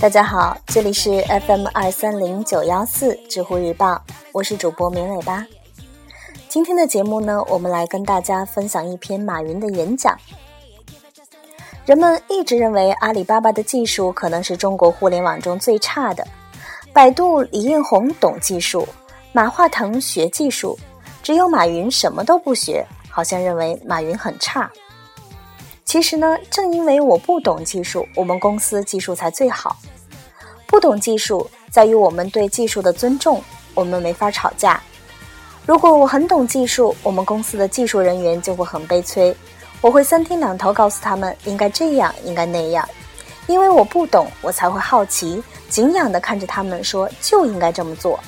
大家好，这里是 FM230914 知乎日报，我是主播绵尾巴。今天的节目呢，我们来跟大家分享一篇马云的演讲。人们一直认为阿里巴巴的技术可能是中国互联网中最差的，百度李彦宏懂技术，马化腾学技术，只有马云什么都不学，好像认为马云很差。其实呢，正因为我不懂技术，我们公司技术才最好。不懂技术在于我们对技术的尊重，我们没法吵架。如果我很懂技术，我们公司的技术人员就会很悲催，我会三天两头告诉他们应该这样应该那样，因为我不懂，我才会好奇敬仰地看着他们说就应该这么做。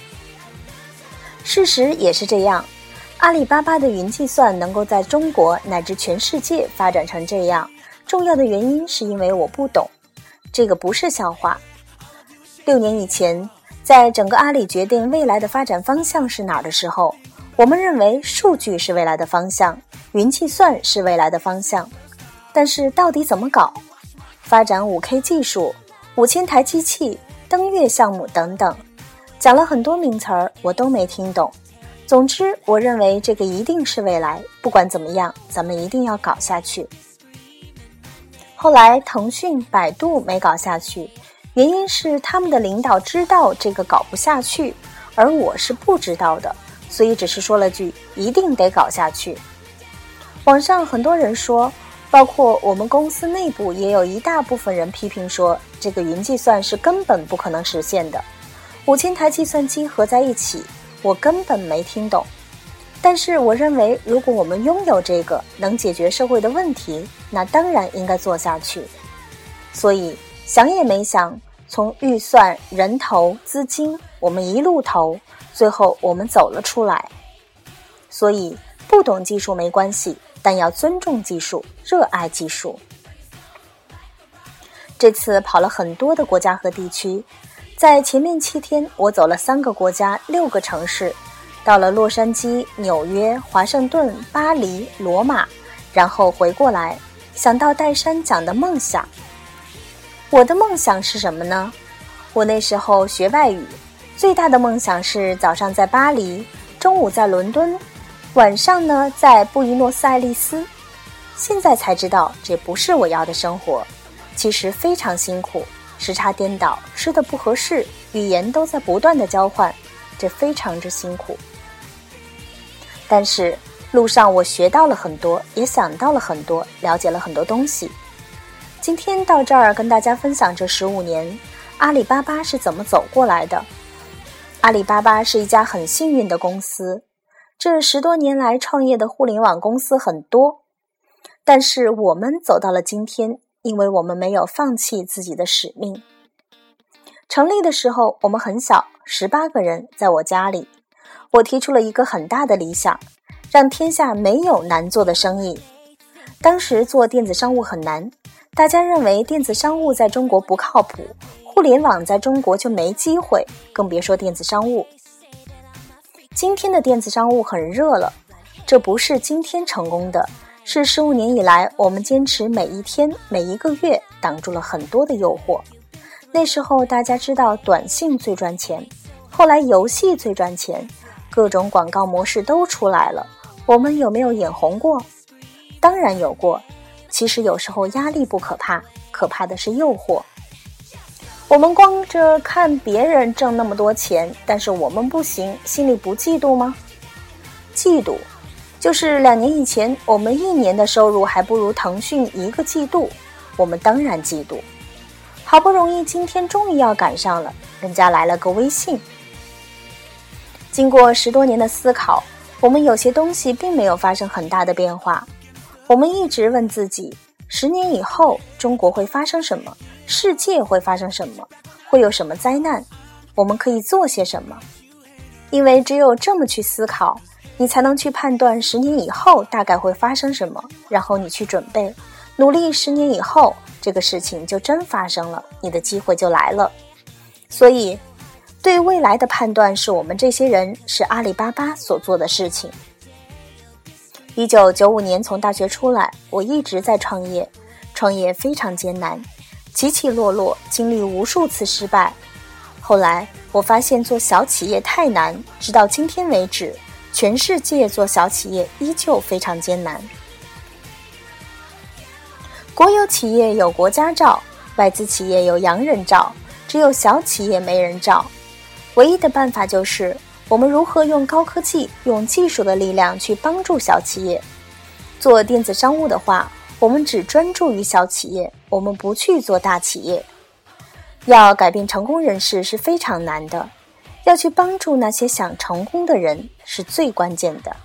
事实也是这样，阿里巴巴的云计算能够在中国乃至全世界发展成这样，重要的原因是因为我不懂，这个不是笑话。6年以前，在整个阿里决定未来的发展方向是哪儿的时候，我们认为数据是未来的方向，云计算是未来的方向。但是到底怎么搞？发展 5K 技术、5000台机器、登月项目等等，讲了很多名词儿，我都没听懂。总之，我认为这个一定是未来，不管怎么样，咱们一定要搞下去。后来腾讯、百度没搞下去，原因是他们的领导知道这个搞不下去，而我是不知道的，所以只是说了句一定得搞下去。网上很多人说，包括我们公司内部也有一大部分人批评说，这个云计算是根本不可能实现的，5000台计算机合在一起，我根本没听懂。但是我认为，如果我们拥有这个能解决社会的问题，那当然应该做下去。所以想也没想，从预算、人头、资金，我们一路投，最后我们走了出来。所以不懂技术没关系，但要尊重技术，热爱技术。这次跑了很多的国家和地区，在前面7天，我走了3个国家、6个城市，到了洛杉矶、纽约、华盛顿、巴黎、罗马，然后回过来，想到岱山讲的梦想。我的梦想是什么呢？我那时候学外语，最大的梦想是早上在巴黎，中午在伦敦，晚上呢在布宜诺斯艾利斯。现在才知道这不是我要的生活，其实非常辛苦，时差颠倒，吃的不合适，语言都在不断的交换，这非常之辛苦。但是路上我学到了很多，也想到了很多，了解了很多东西。今天到这儿跟大家分享这15年阿里巴巴是怎么走过来的。阿里巴巴是一家很幸运的公司，这10多年来创业的互联网公司很多，但是我们走到了今天，因为我们没有放弃自己的使命。成立的时候我们很小，18个人，在我家里，我提出了一个很大的理想，让天下没有难做的生意。当时做电子商务很难，大家认为电子商务在中国不靠谱，互联网在中国就没机会，更别说电子商务。今天的电子商务很热了，这不是今天成功的，是15年以来我们坚持每一天每一个月挡住了很多的诱惑。那时候大家知道短信最赚钱，后来游戏最赚钱，各种广告模式都出来了，我们有没有眼红过？当然有过。其实有时候压力不可怕，可怕的是诱惑。我们光着看别人挣那么多钱，但是我们不行，心里不嫉妒吗？嫉妒就是2年以前我们1年的收入还不如腾讯1个季度，我们当然嫉妒。好不容易今天终于要赶上了，人家来了个微信。经过10多年的思考，我们有些东西并没有发生很大的变化。我们一直问自己，10年以后中国会发生什么？世界会发生什么？会有什么灾难？我们可以做些什么？因为只有这么去思考，你才能去判断10年以后大概会发生什么，然后你去准备，努力10年以后，这个事情就真发生了，你的机会就来了。所以，对未来的判断是我们这些人，是阿里巴巴所做的事情。1995年从大学出来，我一直在创业，创业非常艰难。 起起落落，经历无数次失败。后来我发现做小企业太难，直到今天为止，全世界做小企业依旧非常艰难。国有企业有国家照，外资企业有洋人照，只有小企业没人照。唯一的办法就是我们如何用高科技、用技术的力量去帮助小企业。做电子商务的话，我们只专注于小企业，我们不去做大企业。要改变成功人士是非常难的，要去帮助那些想成功的人是最关键的。